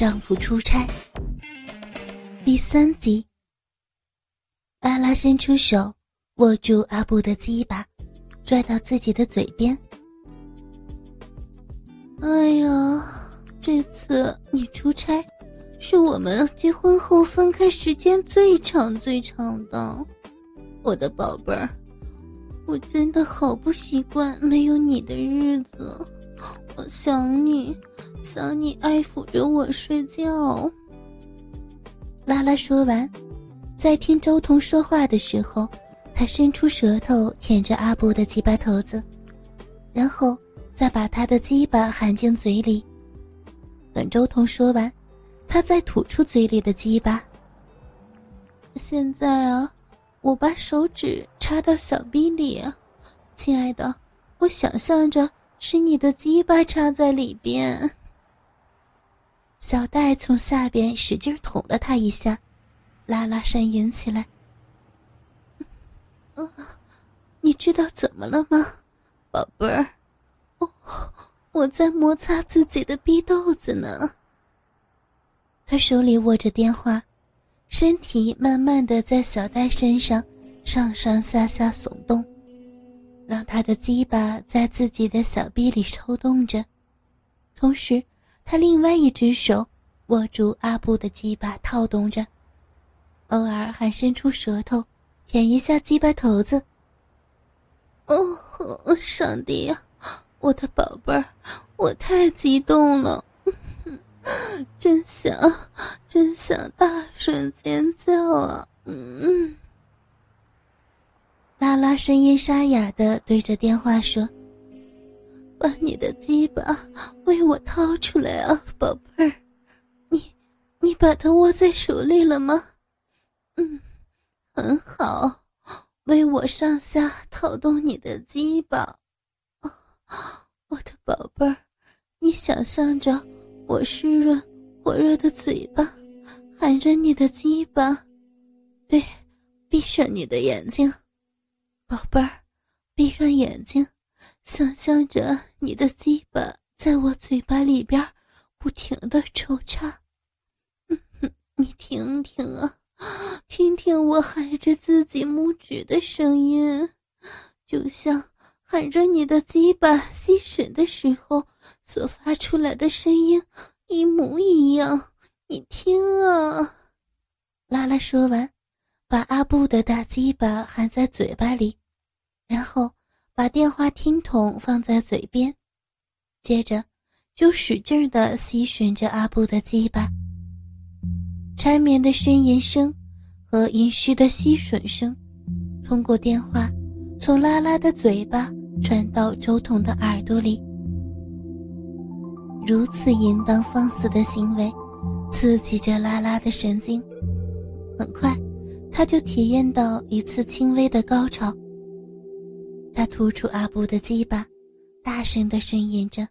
丈夫出差第3集。拉拉伸出手握住阿布的鸡巴，拽到自己的嘴边。哎呀，这次你出差是我们结婚后分开时间最长的，我的宝贝儿，我真的好不习惯没有你的日子，我想你爱抚着我睡觉。拉拉说完，在听周彤说话的时候，他伸出舌头舔着阿布的鸡巴头子，然后再把他的鸡巴含进嘴里。等周彤说完，他再吐出嘴里的鸡巴。现在啊，我把手指插到小逼里啊，亲爱的，我想象着是你的鸡巴插在里边。小戴从下边使劲捅了他一下，拉拉呻吟起来。你知道怎么了吗，宝贝儿？我在摩擦自己的逼豆子呢。他手里握着电话，身体慢慢地在小戴身上上上下下耸动，让他的鸡巴在自己的小臂里抽动着，同时他另外一只手握住阿布的鸡巴套动着，偶尔还伸出舌头舔一下鸡巴头子。哦，上帝呀，我的宝贝儿，我太激动了，真想大声尖叫啊！拉拉声音沙哑地对着电话说：“把你的鸡巴为我掏出来啊，宝贝儿，你把它握在手里了吗？很好，为我上下套动你的鸡巴。我的宝贝儿，你想象着我湿润火热的嘴巴含着你的鸡巴，对，闭上你的眼睛，宝贝儿，闭上眼睛，想象着你的鸡巴在我嘴巴里边不停地抽插。你听听啊，听听我含着自己拇指的声音，就像含着你的鸡巴吸吮的时候所发出来的声音一模一样，你听啊。拉拉说完，把阿布的大鸡巴含在嘴巴里，然后把电话听筒放在嘴边，接着就使劲地吸吮着阿布的鸡巴。缠绵的呻吟声和阴湿的吸吮声通过电话从拉拉的嘴巴传到周彤的耳朵里。如此淫荡放肆的行为刺激着拉拉的神经，很快他就体验到一次轻微的高潮。他突出阿布的鸡巴，大声地呻吟着：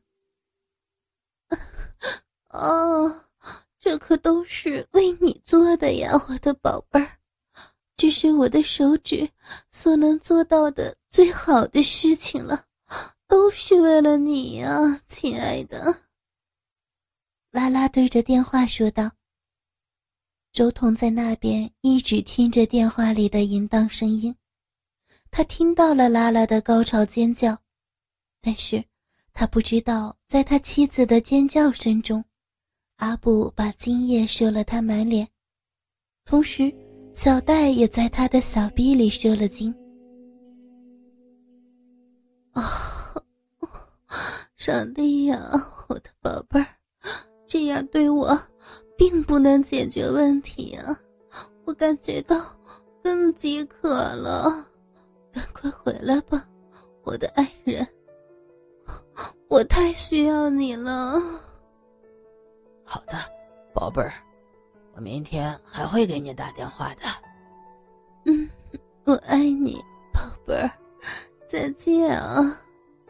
这可都是为你做的呀，我的宝贝儿，这是我的手指所能做到的最好的事情了，都是为了你呀，亲爱的。拉拉对着电话说道。周彤在那边一直听着电话里的淫荡声音，他听到了拉拉的高潮尖叫，但是他不知道在他妻子的尖叫声中，阿布把精液射了他满脸，同时小戴也在他的小逼里射了精。上帝呀，我的宝贝儿，这样对我并不能解决问题啊，我感觉到更饥渴了，赶快回来吧，我的爱人，我太需要你了。 好的，宝贝儿，我明天还会给你打电话的。 我爱你，宝贝儿，再见啊。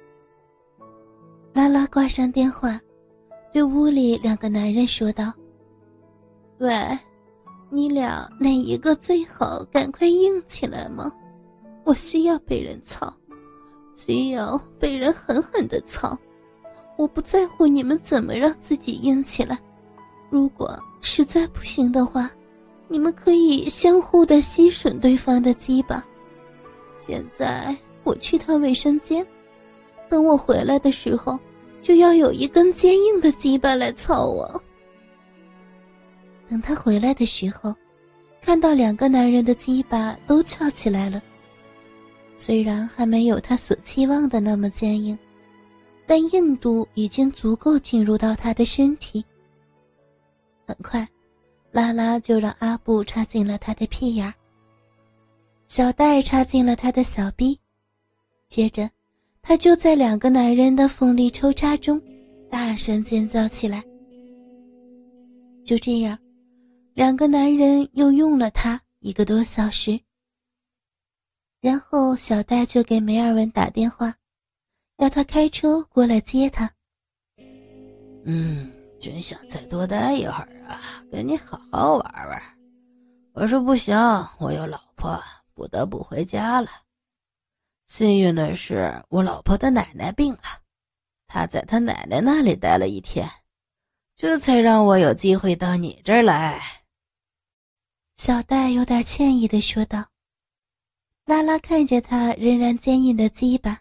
拉拉挂上电话，对屋里2个男人说道：喂，你俩哪一个最好，赶快硬起来嘛，我需要被人操，需要被人狠狠地操，我不在乎你们怎么让自己硬起来， 如果实在不行的话，你们可以相互的吸吮对方的鸡巴。现在我去趟卫生间，等我回来的时候，就要有一根坚硬的鸡巴来操我。等他回来的时候，看到2个男人的鸡巴都翘起来了，虽然还没有他所期望的那么坚硬，但硬度已经足够进入到他的身体。很快，拉拉就让阿布插进了他的屁眼，小戴插进了他的小臂，接着他就在2个男人的锋利抽插中大声尖叫起来。就这样，2个男人又用了他1个多小时。然后小戴就给梅尔文打电话，要他开车过来接他。 真想再多待一会儿啊，跟你好好玩玩。我说不行，我有老婆，不得不回家了。幸运的是，我老婆的奶奶病了，她在她奶奶那里待了1天，这才让我有机会到你这儿来。 小戴有点歉意地说道。拉拉看着他仍然坚硬的鸡巴，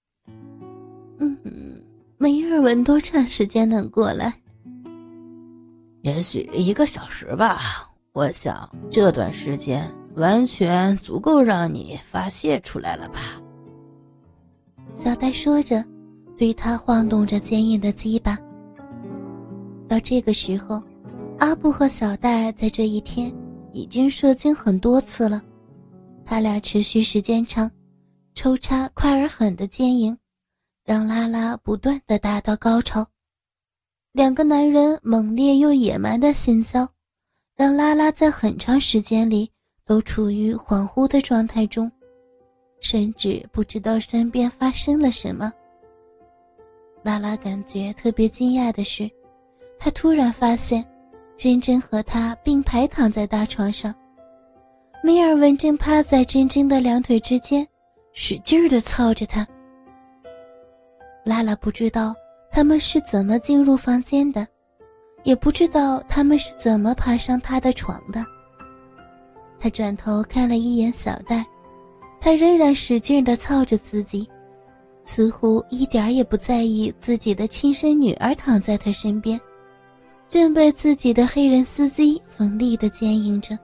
梅尔文多长时间能过来？ 也许1个小时吧，我想这段时间完全足够让你发泄出来了吧。 小戴说着，对他晃动着坚硬的鸡巴。到这个时候，阿布和小戴在这一天已经射精很多次了，他俩持续时间长，抽插快而狠的坚硬，让拉拉不断地达到高潮。2个男人猛烈又野蛮的性交，让拉拉在很长时间里都处于恍惚的状态中，甚至不知道身边发生了什么。拉拉感觉特别惊讶的是，她突然发现珍珍和她并排躺在大床上，梅尔文正趴在珍珍的2腿之间，使劲地操着她。拉拉不知道他们是怎么进入房间的，也不知道他们是怎么爬上他的床的。他转头看了一眼小戴，他仍然使劲地操着自己，似乎一点也不在意自己的亲生女儿躺在他身边，正被自己的黑人司机锋利地坚硬着。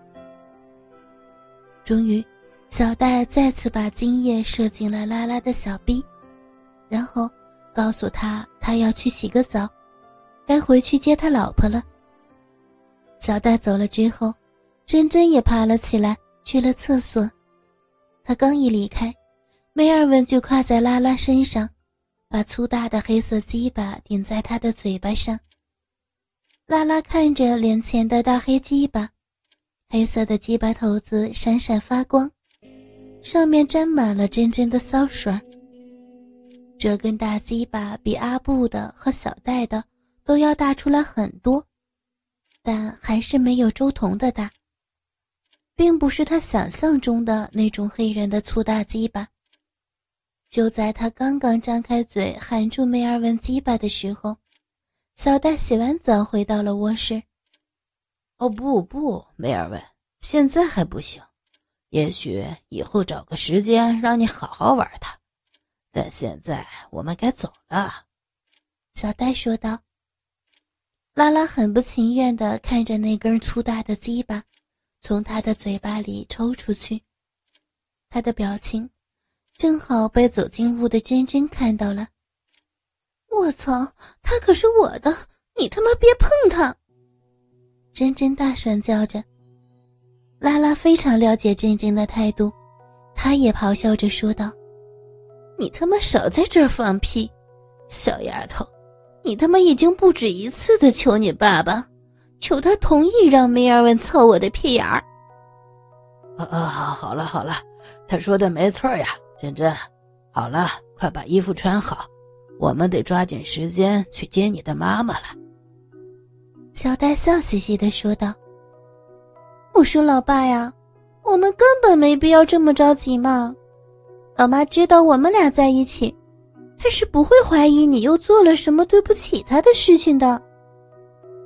终于，小戴再次把精液射进了拉拉的小臂，然后告诉他要去洗个澡，该回去接他老婆了。小戴走了之后，珍珍也爬了起来，去了厕所。他刚一离开，梅尔文就跨在拉拉身上，把粗大的黑色鸡巴顶在他的嘴巴上。拉拉看着脸前的大黑鸡巴，黑色的鸡巴头子闪闪发光，上面沾满了真正的骚水。这根大鸡巴比阿布的和小戴的都要大出来很多，但还是没有周彤的大，并不是他想象中的那种黑人的粗大鸡巴。就在他刚刚张开嘴喊住梅尔文鸡巴的时候，小戴洗完澡回到了卧室。 哦不，梅尔文，现在还不行，也许以后找个时间让你好好玩它，但现在我们该走了。 小戴说道。拉拉很不情愿地看着那根粗大的鸡巴从他的嘴巴里抽出去，他的表情正好被走进屋的珍珍看到了。我操，他可是我的，你他妈别碰他！珍珍大声叫着。拉拉非常了解珍珍的态度，她也咆哮着说道：你他妈少在这儿放屁，小丫头，你他妈已经不止一次的求你爸爸，求他同意让梅尔文操我的屁眼儿。 好了，他说的没错呀，珍珍，好了，快把衣服穿好，我们得抓紧时间去接你的妈妈了。 小戴笑嘻嘻地说道。我说老爸呀，我们根本没必要这么着急嘛，老妈知道我们俩在一起，她是不会怀疑你又做了什么对不起她的事情的。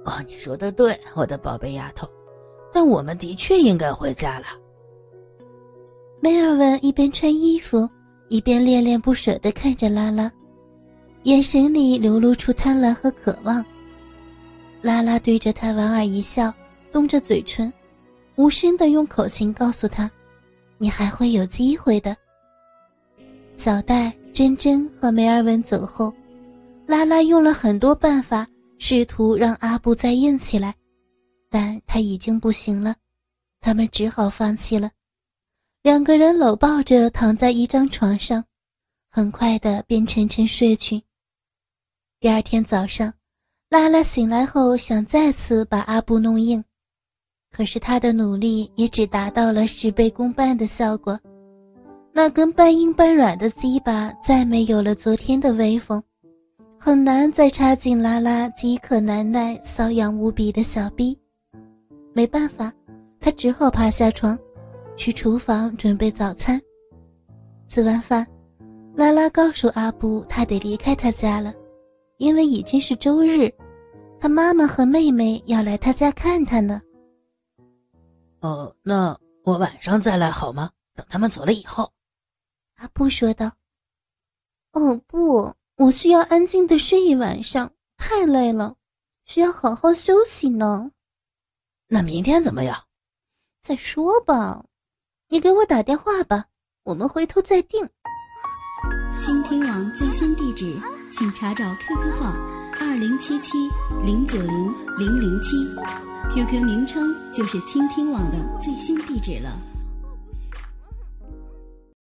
你说的对，我的宝贝丫头，但我们的确应该回家了。 梅尔文一边穿衣服，一边恋恋不舍地看着拉拉，眼神里流露出贪婪和渴望。拉拉对着他莞尔一笑，动着嘴唇，无声地用口型告诉他，你还会有机会的。小戴、珍珍和梅尔文走后，拉拉用了很多办法试图让阿布再硬起来，但他已经不行了，他们只好放弃了。两个人搂抱着躺在一张床上，很快地便沉沉睡去。第二天早上，拉拉醒来后想再次把阿布弄硬，可是她的努力也只达到了事倍功半的效果。那根半硬半软的鸡巴再没有了昨天的威风，很难再插进拉拉饥渴难耐、瘙痒无比的小逼。没办法，她只好爬下床，去厨房准备早餐。吃完饭，拉拉告诉阿布她得离开他家了，因为已经是周日，他妈妈和妹妹要来他家看他呢。 那我晚上再来好吗？等他们走了以后。 阿布说道。不，我需要安静地睡一晚上，太累了，需要好好休息呢。 那明天怎么样？ 再说吧，你给我打电话吧，我们回头再定。 倾听网最新地址，请查找 QQ 号2077090007，QQ 名称就是倾听网的最新地址了。